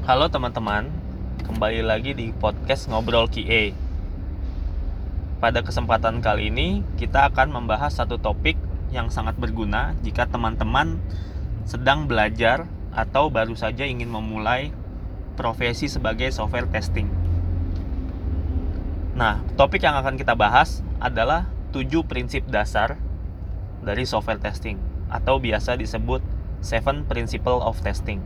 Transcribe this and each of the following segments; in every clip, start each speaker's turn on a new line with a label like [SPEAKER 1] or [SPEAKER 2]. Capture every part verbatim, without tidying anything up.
[SPEAKER 1] Halo teman-teman, kembali lagi di podcast Ngobrol Q A. Pada kesempatan kali ini, kita akan membahas satu topik yang sangat berguna jika teman-teman sedang belajar atau baru saja ingin memulai profesi sebagai software testing. Nah, topik yang akan kita bahas adalah tujuh prinsip dasar dari software testing, atau biasa disebut seven Principles of Testing.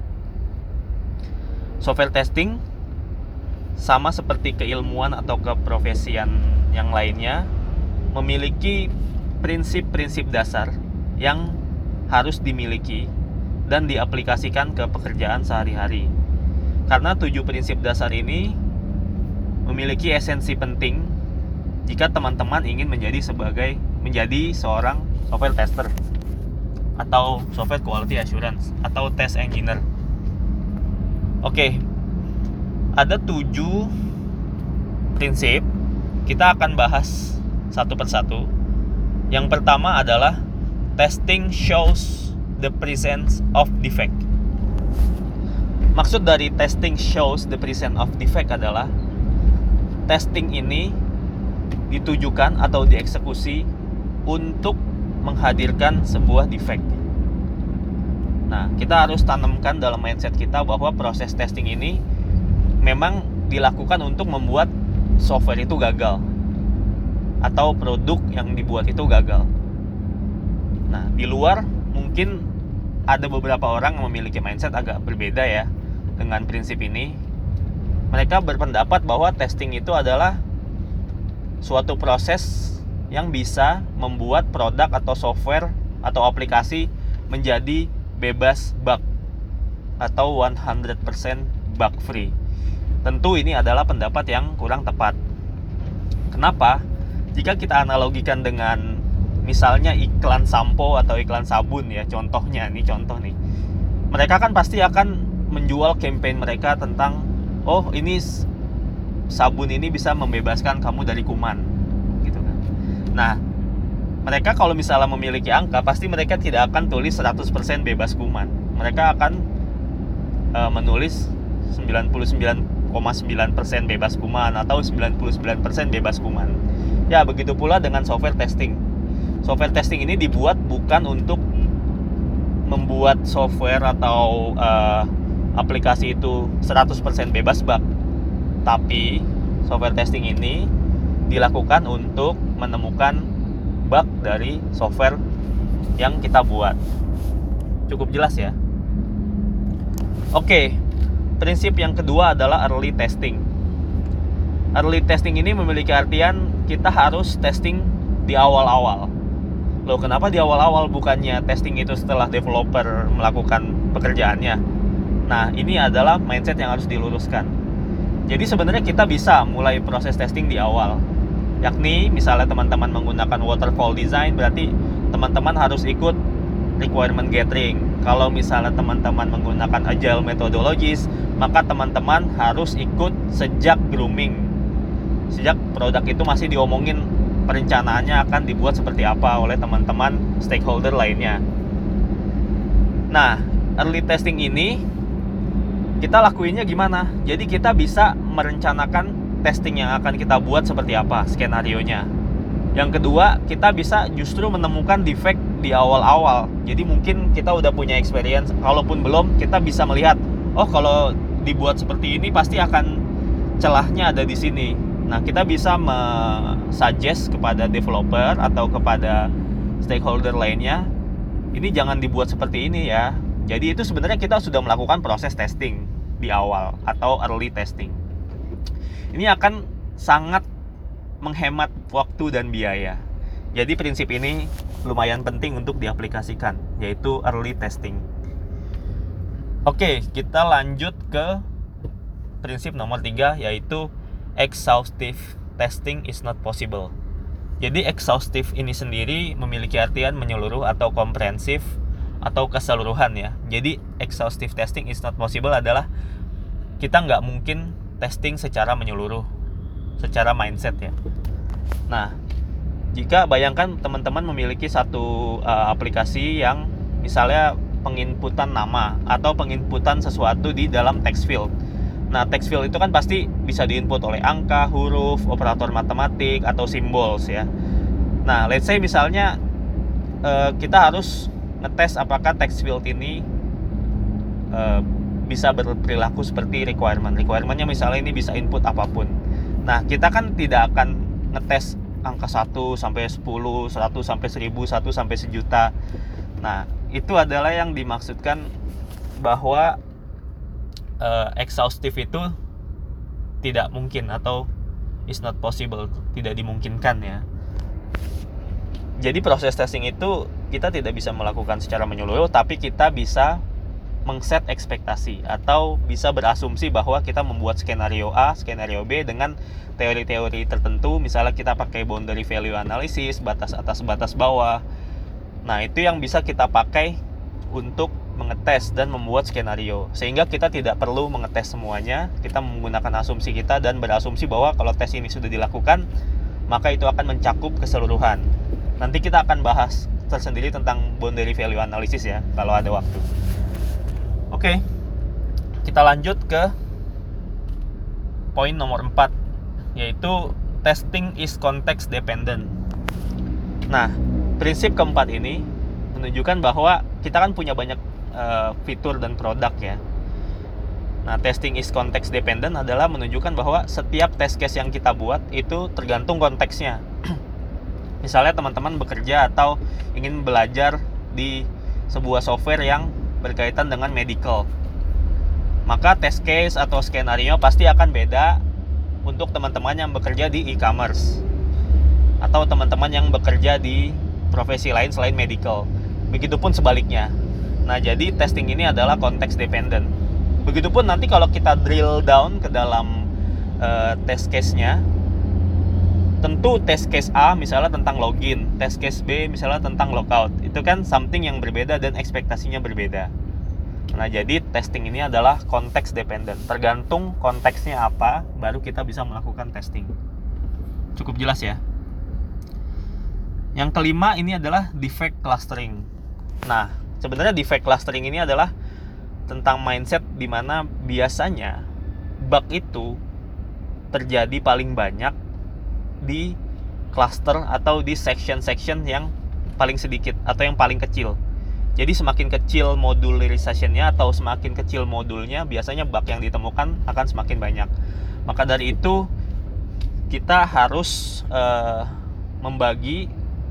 [SPEAKER 1] Software testing sama seperti keilmuan atau keprofesian yang lainnya memiliki prinsip-prinsip dasar yang harus dimiliki dan diaplikasikan ke pekerjaan sehari-hari. Karena tujuh prinsip dasar ini memiliki esensi penting jika teman-teman ingin menjadi sebagai menjadi seorang software tester atau software quality assurance atau test engineer. Oke, ada tujuh prinsip. Kita akan bahas satu persatu. Yang pertama adalah testing shows the presence of defect. Maksud dari testing shows the presence of defect adalah testing ini ditujukan atau dieksekusi untuk menghadirkan sebuah defect. Nah, kita harus tanamkan dalam mindset kita bahwa proses testing ini memang dilakukan untuk membuat software itu gagal atau produk yang dibuat itu gagal. Nah, di luar mungkin ada beberapa orang yang memiliki mindset agak berbeda ya dengan prinsip ini. Mereka berpendapat bahwa testing itu adalah suatu proses yang bisa membuat produk atau software atau aplikasi menjadi bebas bug atau one hundred percent bug free. Tentu ini adalah pendapat yang kurang tepat. Kenapa? Jika kita analogikan dengan misalnya iklan sampo atau iklan sabun ya, contohnya nih contoh nih. Mereka kan pasti akan menjual campaign mereka tentang oh ini sabun ini bisa membebaskan kamu dari kuman gitu kan. Nah, mereka kalau misalnya memiliki angka, pasti mereka tidak akan tulis seratus persen bebas kuman. Mereka akan uh, menulis sembilan puluh sembilan koma sembilan persen bebas kuman atau sembilan puluh sembilan persen bebas kuman. Ya, begitu pula dengan software testing. Software testing ini dibuat bukan untuk membuat software atau uh, aplikasi itu seratus persen bebas bug. Tapi software testing ini dilakukan untuk menemukan bug dari software yang kita buat. Cukup jelas ya. Oke, prinsip yang kedua adalah early testing. Early testing ini memiliki artian kita harus testing di awal-awal. Loh, kenapa di awal-awal bukannya testing itu setelah developer melakukan pekerjaannya? Nah, ini adalah mindset yang harus diluruskan. Jadi sebenarnya kita bisa mulai proses testing di awal. Yakni misalnya teman-teman menggunakan waterfall design, berarti teman-teman harus ikut requirement gathering. Kalau misalnya teman-teman menggunakan agile methodologies, maka teman-teman harus ikut sejak grooming. Sejak produk itu masih diomongin perencanaannya akan dibuat seperti apa oleh teman-teman stakeholder lainnya. Nah, early testing ini kita lakuinnya gimana? Jadi kita bisa merencanakan testing yang akan kita buat seperti apa skenarionya. Yang kedua, kita bisa justru menemukan defect di awal-awal. Jadi mungkin kita udah punya experience, kalaupun belum, kita bisa melihat, oh kalau dibuat seperti ini pasti akan celahnya ada di sini. Nah, kita bisa me-suggest kepada developer atau kepada stakeholder lainnya, ini jangan dibuat seperti ini ya. Jadi itu sebenarnya kita sudah melakukan proses testing di awal atau early testing. Ini akan sangat menghemat waktu dan biaya. Jadi prinsip ini lumayan penting untuk diaplikasikan, yaitu early testing. Oke, kita lanjut ke prinsip nomor tiga, yaitu exhaustive testing is not possible. Jadi exhaustive ini sendiri memiliki artian menyeluruh atau komprehensif atau keseluruhan ya. Jadi exhaustive testing is not possible adalah kita nggak mungkin testing secara menyeluruh, secara mindset ya. Nah, jika bayangkan teman-teman memiliki satu uh, aplikasi yang misalnya penginputan nama atau penginputan sesuatu di dalam text field. Nah, text field itu kan pasti bisa diinput oleh angka, huruf, operator matematik, atau symbols ya. Nah, let's say misalnya uh, kita harus ngetes apakah text field ini uh, bisa berperilaku seperti requirement. Requirementnya misalnya ini bisa input apapun. Nah, kita kan tidak akan ngetes angka satu sampai sepuluh, seratus sampai seribu, satu sampai sejuta. Nah, itu adalah yang dimaksudkan bahwa uh, exhaustive itu tidak mungkin atau is not possible, tidak dimungkinkan ya. Jadi proses testing itu kita tidak bisa melakukan secara menyeluruh, tapi kita bisa mengset ekspektasi atau bisa berasumsi bahwa kita membuat skenario A, skenario B dengan teori-teori tertentu. Misalnya kita pakai boundary value analysis, batas atas, batas bawah. Nah, itu yang bisa kita pakai untuk mengetes dan membuat skenario, sehingga kita tidak perlu mengetes semuanya. Kita menggunakan asumsi kita dan berasumsi bahwa kalau tes ini sudah dilakukan, maka itu akan mencakup keseluruhan. Nanti kita akan bahas tersendiri tentang boundary value analysis ya, kalau ada waktu. Oke, kita lanjut ke poin nomor empat, yaitu testing is context dependent. Nah, prinsip keempat ini menunjukkan bahwa kita kan punya banyak Uh, fitur dan produk ya. Nah, testing is context dependent adalah menunjukkan bahwa setiap test case yang kita buat itu tergantung konteksnya. Misalnya teman-teman bekerja atau ingin belajar di sebuah software yang berkaitan dengan medical, maka test case atau skenario pasti akan beda untuk teman-teman yang bekerja di e-commerce atau teman-teman yang bekerja di profesi lain selain medical. Begitupun sebaliknya. Nah, jadi testing ini adalah konteks dependent. Begitupun nanti kalau kita drill down ke dalam uh, test case-nya, tentu test case A misalnya tentang login, test case B misalnya tentang logout. Itu kan something yang berbeda dan ekspektasinya berbeda. Nah, jadi testing ini adalah konteks dependent. Tergantung konteksnya apa, baru kita bisa melakukan testing. Cukup jelas ya. Yang kelima ini adalah defect clustering. Nah, sebenarnya defect clustering ini adalah tentang mindset di mana biasanya bug itu terjadi paling banyak di cluster atau di section-section yang paling sedikit atau yang paling kecil. Jadi semakin kecil modularization-nya atau semakin kecil modulnya, biasanya bug yang ditemukan akan semakin banyak. Maka dari itu kita harus uh, membagi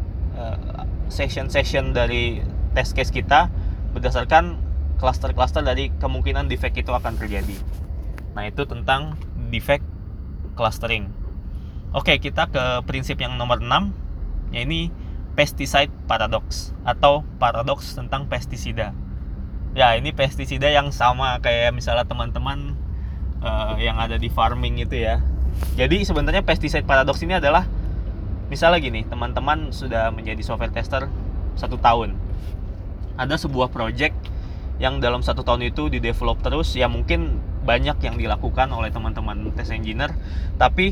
[SPEAKER 1] uh, section-section dari test case kita berdasarkan cluster-cluster dari kemungkinan defect itu akan terjadi. Nah, itu tentang defect clustering. Oke, kita ke prinsip yang nomor enam, yaitu pesticide paradox atau paradoks tentang pestisida. Ya, ini pestisida yang sama kayak misalnya teman-teman uh, yang ada di farming itu ya. Jadi sebenarnya pesticide paradox ini adalah misalnya gini, teman-teman sudah menjadi software tester satu tahun. Ada sebuah project yang dalam satu tahun itu di-develop terus, ya mungkin banyak yang dilakukan oleh teman-teman test engineer, tapi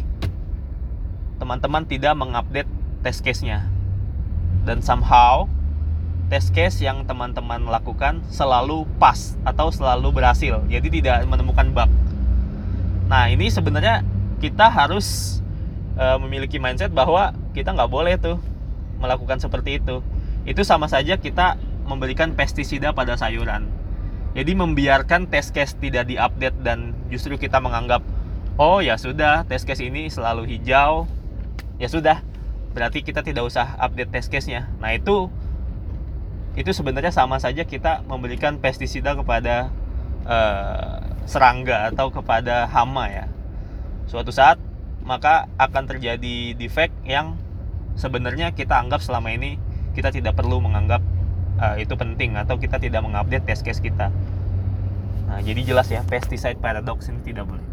[SPEAKER 1] teman-teman tidak mengupdate test case-nya. Dan somehow test case yang teman-teman lakukan selalu pas atau selalu berhasil, jadi tidak menemukan bug. Nah, ini sebenarnya kita harus uh, memiliki mindset bahwa kita nggak boleh tuh melakukan seperti itu. Itu sama saja kita memberikan pestisida pada sayuran. Jadi membiarkan test case tidak diupdate dan justru kita menganggap, oh ya sudah, test case ini selalu hijau, ya sudah, berarti kita tidak usah update test case-nya. Nah, itu itu sebenarnya sama saja kita memberikan pestisida kepada uh, serangga atau kepada hama ya. Suatu saat maka akan terjadi defect yang sebenarnya kita anggap selama ini kita tidak perlu menganggap Uh, itu penting atau kita tidak mengupdate test case kita. Nah, jadi jelas ya, pesticide paradox ini tidak boleh.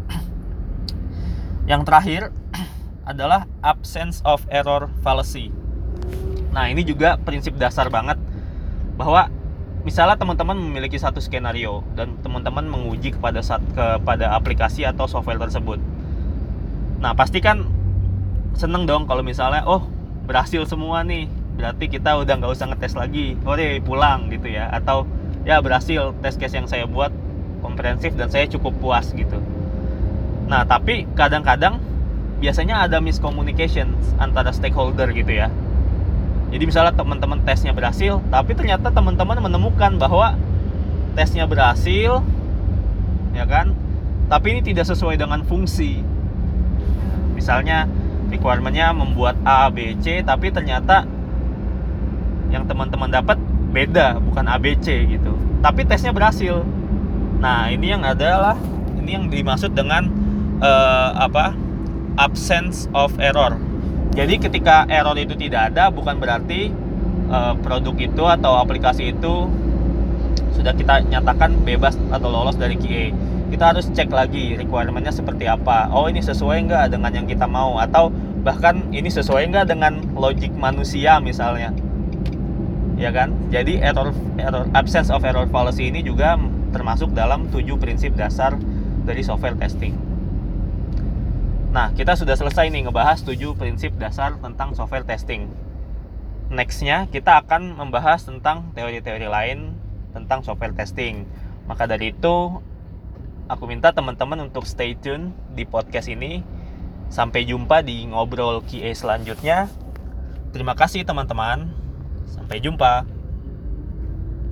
[SPEAKER 1] Yang terakhir adalah absence of error fallacy. Nah, ini juga prinsip dasar banget bahwa misalnya teman-teman memiliki satu skenario dan teman-teman menguji kepada saat, kepada aplikasi atau software tersebut. Nah, pasti kan seneng dong kalau misalnya oh berhasil semua nih, berarti kita udah nggak usah ngetes lagi, oke pulang gitu ya, atau ya berhasil, test case yang saya buat komprehensif dan saya cukup puas gitu. Nah, tapi kadang-kadang biasanya ada miscommunication antara stakeholder gitu ya. Jadi misalnya teman-teman tesnya berhasil, tapi ternyata teman-teman menemukan bahwa tesnya berhasil, ya kan? Tapi ini tidak sesuai dengan fungsi. Misalnya requirement-nya membuat A, B, C, tapi ternyata yang teman-teman dapat beda, bukan A, B, C gitu. Tapi tesnya berhasil. Nah, ini yang adalah ini yang dimaksud dengan uh, apa? absence of error. Jadi ketika error itu tidak ada, bukan berarti uh, produk itu atau aplikasi itu sudah kita nyatakan bebas atau lolos dari Q A. Kita harus cek lagi requirement-nya seperti apa. Oh, ini sesuai nggak dengan yang kita mau, atau bahkan ini sesuai nggak dengan logik manusia misalnya, ya kan? Jadi error, error absence of error fallacy ini juga termasuk dalam tujuh prinsip dasar dari software testing. Nah, kita sudah selesai nih ngebahas tujuh prinsip dasar tentang software testing. Next-nya kita akan membahas tentang teori-teori lain tentang software testing. Maka dari itu, aku minta teman-teman untuk stay tune di podcast ini. Sampai jumpa di ngobrol Q A selanjutnya. Terima kasih teman-teman. Sampai jumpa.